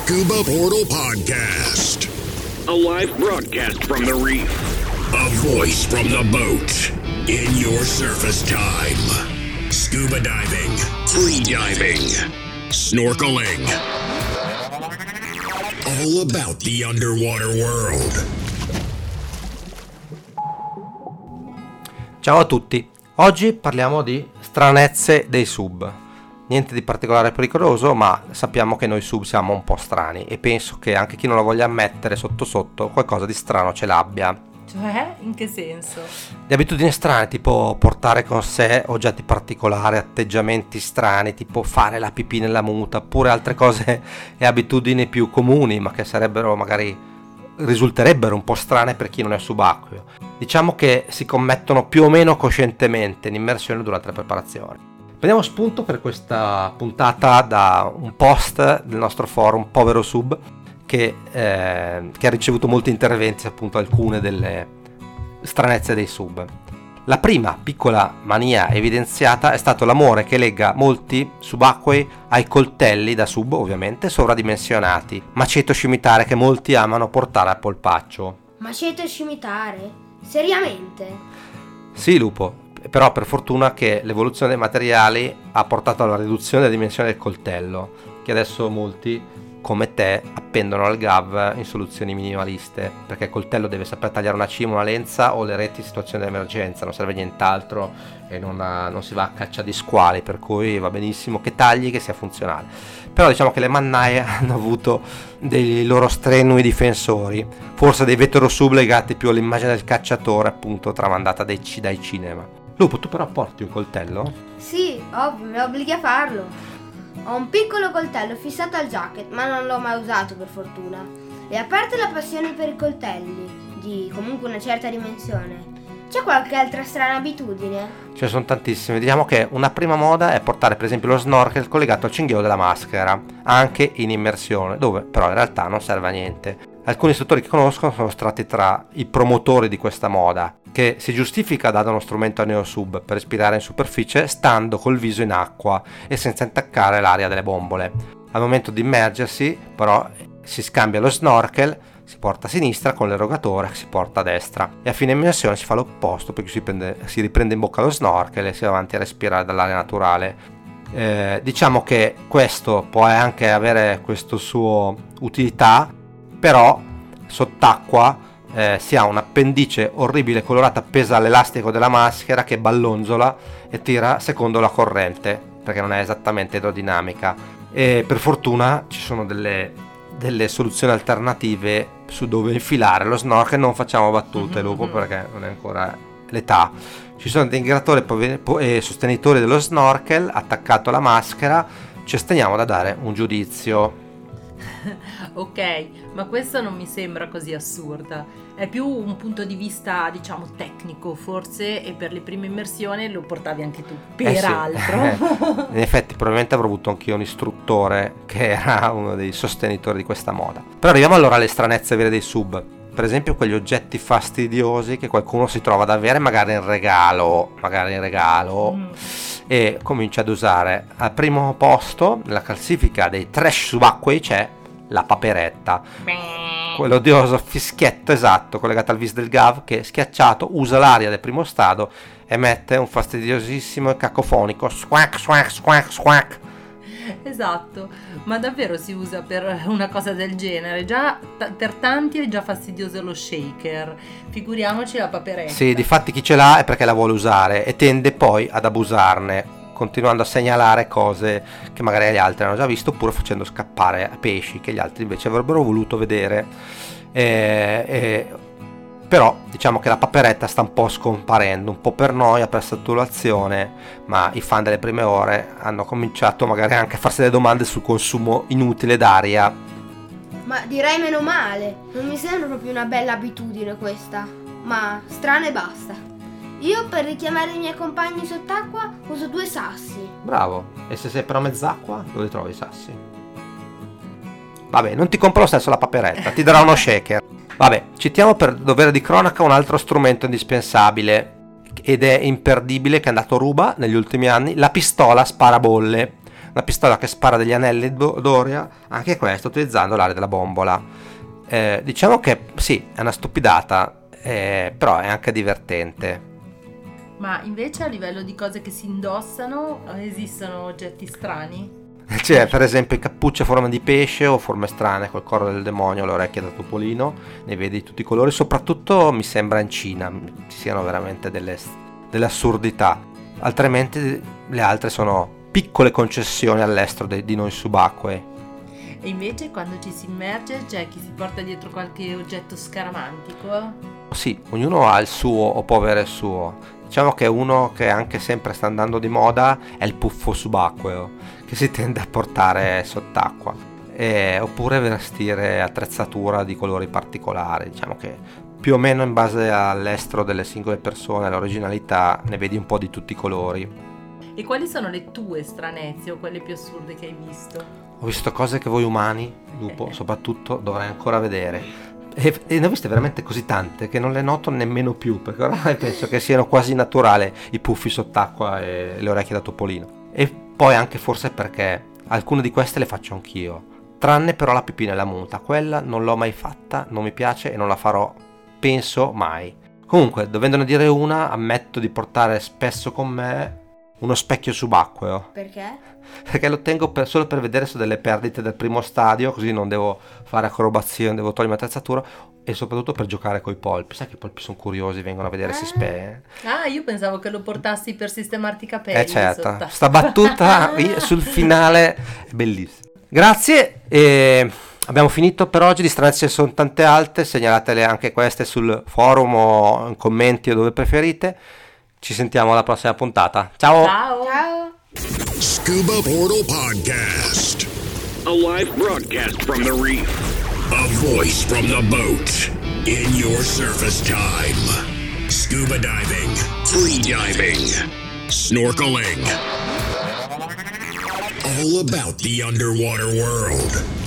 Scuba Portal Podcast. A live broadcast from the reef. A voice from the boat. In your surface time. Scuba diving. Free diving. Snorkeling. All about the underwater world. Ciao a tutti, oggi parliamo di stranezze dei sub. Niente di particolare pericoloso, ma sappiamo che noi sub siamo un po' strani e penso che anche chi non lo voglia ammettere sotto sotto qualcosa di strano ce l'abbia. Cioè? In che senso? Di abitudini strane, tipo portare con sé oggetti particolari, atteggiamenti strani, tipo fare la pipì nella muta, oppure altre cose e abitudini più comuni, ma che risulterebbero un po' strane per chi non è subacqueo. Diciamo che si commettono più o meno coscientemente in immersione durante la preparazione. Prendiamo spunto per questa puntata da un post del nostro forum Povero Sub che ha ricevuto molti interventi, appunto alcune delle stranezze dei sub. La prima piccola mania evidenziata è stato l'amore che lega molti subacquei ai coltelli da sub, ovviamente sovradimensionati, maceto scimitare che molti amano portare al polpaccio. Maceto e scimitare? Seriamente? Sì, Lupo, però per fortuna che l'evoluzione dei materiali ha portato alla riduzione della dimensione del coltello, che adesso molti come te appendono al gav in soluzioni minimaliste, perché il coltello deve saper tagliare una cima, una lenza o le reti in situazione di emergenza, non serve nient'altro e non si va a caccia di squali, per cui va benissimo che tagli, che sia funzionale. Però diciamo che le mannaie hanno avuto dei loro strenui difensori, forse dei veterosub legati più all'immagine del cacciatore, appunto tramandata dai cinema. Lupo, tu però porti un coltello? Sì, ovvio, mi obblighi a farlo. Ho un piccolo coltello fissato al jacket, ma non l'ho mai usato per fortuna. E a parte la passione per i coltelli, di comunque una certa dimensione, c'è qualche altra strana abitudine? Ce ne sono tantissime. Diciamo che una prima moda è portare per esempio lo snorkel collegato al cinghialo della maschera, anche in immersione, dove però in realtà non serve a niente. Alcuni istruttori che conoscono sono stati tra i promotori di questa moda, che si giustifica dando uno strumento a neosub per respirare in superficie stando col viso in acqua e senza intaccare l'aria delle bombole. Al momento di immergersi però si scambia lo snorkel, si porta a sinistra con l'erogatore che si porta a destra e a fine immersione si fa l'opposto, perché si riprende in bocca lo snorkel e si va avanti a respirare dall'aria naturale. Diciamo che questo può anche avere questo suo utilità, però sott'acqua si ha un'appendice orribile colorata appesa all'elastico della maschera che ballonzola e tira secondo la corrente, perché non è esattamente idrodinamica. E per fortuna ci sono delle soluzioni alternative su dove infilare lo snorkel. Non facciamo battute, Lupo, perché non è ancora l'età. Ci sono dei integratori e sostenitori dello snorkel attaccato alla maschera. Ci asteniamo da dare un giudizio. Ok, ma questa non mi sembra così assurda. È più un punto di vista, diciamo, tecnico, forse, e per le prime immersioni lo portavi anche tu, peraltro. In effetti, probabilmente avrò avuto anch'io un istruttore che era uno dei sostenitori di questa moda. Però arriviamo allora alle stranezze vere dei sub. Per esempio quegli oggetti fastidiosi che qualcuno si trova ad avere magari in regalo. E comincia ad usare. Al primo posto nella classifica dei trash subacquei c'è la paperetta, quell'odioso fischietto, esatto, collegato al vis del gav che schiacciato usa l'aria del primo stadio e emette un fastidiosissimo e cacofonico squack squack squack squack. Esatto, ma davvero si usa per una cosa del genere? Già per tanti è già fastidioso lo shaker, figuriamoci la paperetta. Sì, difatti chi ce l'ha è perché la vuole usare e tende poi ad abusarne, continuando a segnalare cose che magari gli altri hanno già visto, oppure facendo scappare pesci che gli altri invece avrebbero voluto vedere. Però diciamo che la paperetta sta un po' scomparendo, un po' per noia, per saturazione, ma i fan delle prime ore hanno cominciato magari anche a farsi delle domande sul consumo inutile d'aria. Ma direi meno male, non mi sembra proprio una bella abitudine questa, ma strana e basta. Io per richiamare i miei compagni sott'acqua uso 2 sassi. Bravo, e se sei però mezz'acqua, dove trovi i sassi? Vabbè, non ti compro lo stesso la paperetta, ti darò uno shaker. Vabbè, citiamo per dovere di cronaca un altro strumento indispensabile ed è imperdibile che è andato a ruba negli ultimi anni, la pistola sparabolle. una pistola che spara degli anelli d'Oria, anche questo utilizzando l'area della bombola. Diciamo che sì, è una stupidata, però è anche divertente. Ma invece a livello di cose che si indossano, esistono oggetti strani? C'è per esempio cappucce a forma di pesce o forme strane col corno del demonio, le orecchie da topolino, ne vedi tutti i colori, soprattutto mi sembra in Cina ci siano veramente delle assurdità, altrimenti le altre sono piccole concessioni all'estero di noi subacquei. E invece quando ci si immerge c'è chi si porta dietro qualche oggetto scaramantico? Sì, ognuno ha il suo o può avere il suo. Diciamo che uno che anche sempre sta andando di moda è il puffo subacqueo, che si tende a portare sott'acqua, oppure vestire attrezzatura di colori particolari. Diciamo che più o meno in base all'estero delle singole persone, all'originalità, ne vedi un po' di tutti i colori. E quali sono le tue stranezze o quelle più assurde che hai visto? Ho visto cose che voi umani, lupo soprattutto, dovrei ancora vedere. E ne ho viste veramente così tante che non le noto nemmeno più, perché oramai penso che siano quasi naturali i puffi sott'acqua e le orecchie da topolino. E poi anche forse perché alcune di queste le faccio anch'io, tranne però la pipì nella muta, quella non l'ho mai fatta, non mi piace e non la farò, penso mai. Comunque, dovendone dire una, ammetto di portare spesso con me uno specchio subacqueo. Perché? Perché lo tengo solo per vedere su delle perdite del primo stadio, così non devo fare acrobazie, non devo togliere attrezzatura, e soprattutto per giocare coi polpi. Sai che i polpi sono curiosi, vengono a vedere si spegne. Ah, io pensavo che lo portassi per sistemarti i capelli. Certo, sta battuta sul finale è bellissima. Grazie, e abbiamo finito per oggi. Di stranezze sono tante altre, segnalatele anche queste sul forum o in commenti o dove preferite. Ci sentiamo alla prossima puntata. Ciao! Ciao! Ciao! Scuba Portal Podcast. A live broadcast from the reef. A voice from the boat in your surface time. Scuba diving, free diving, snorkeling. All about the underwater world.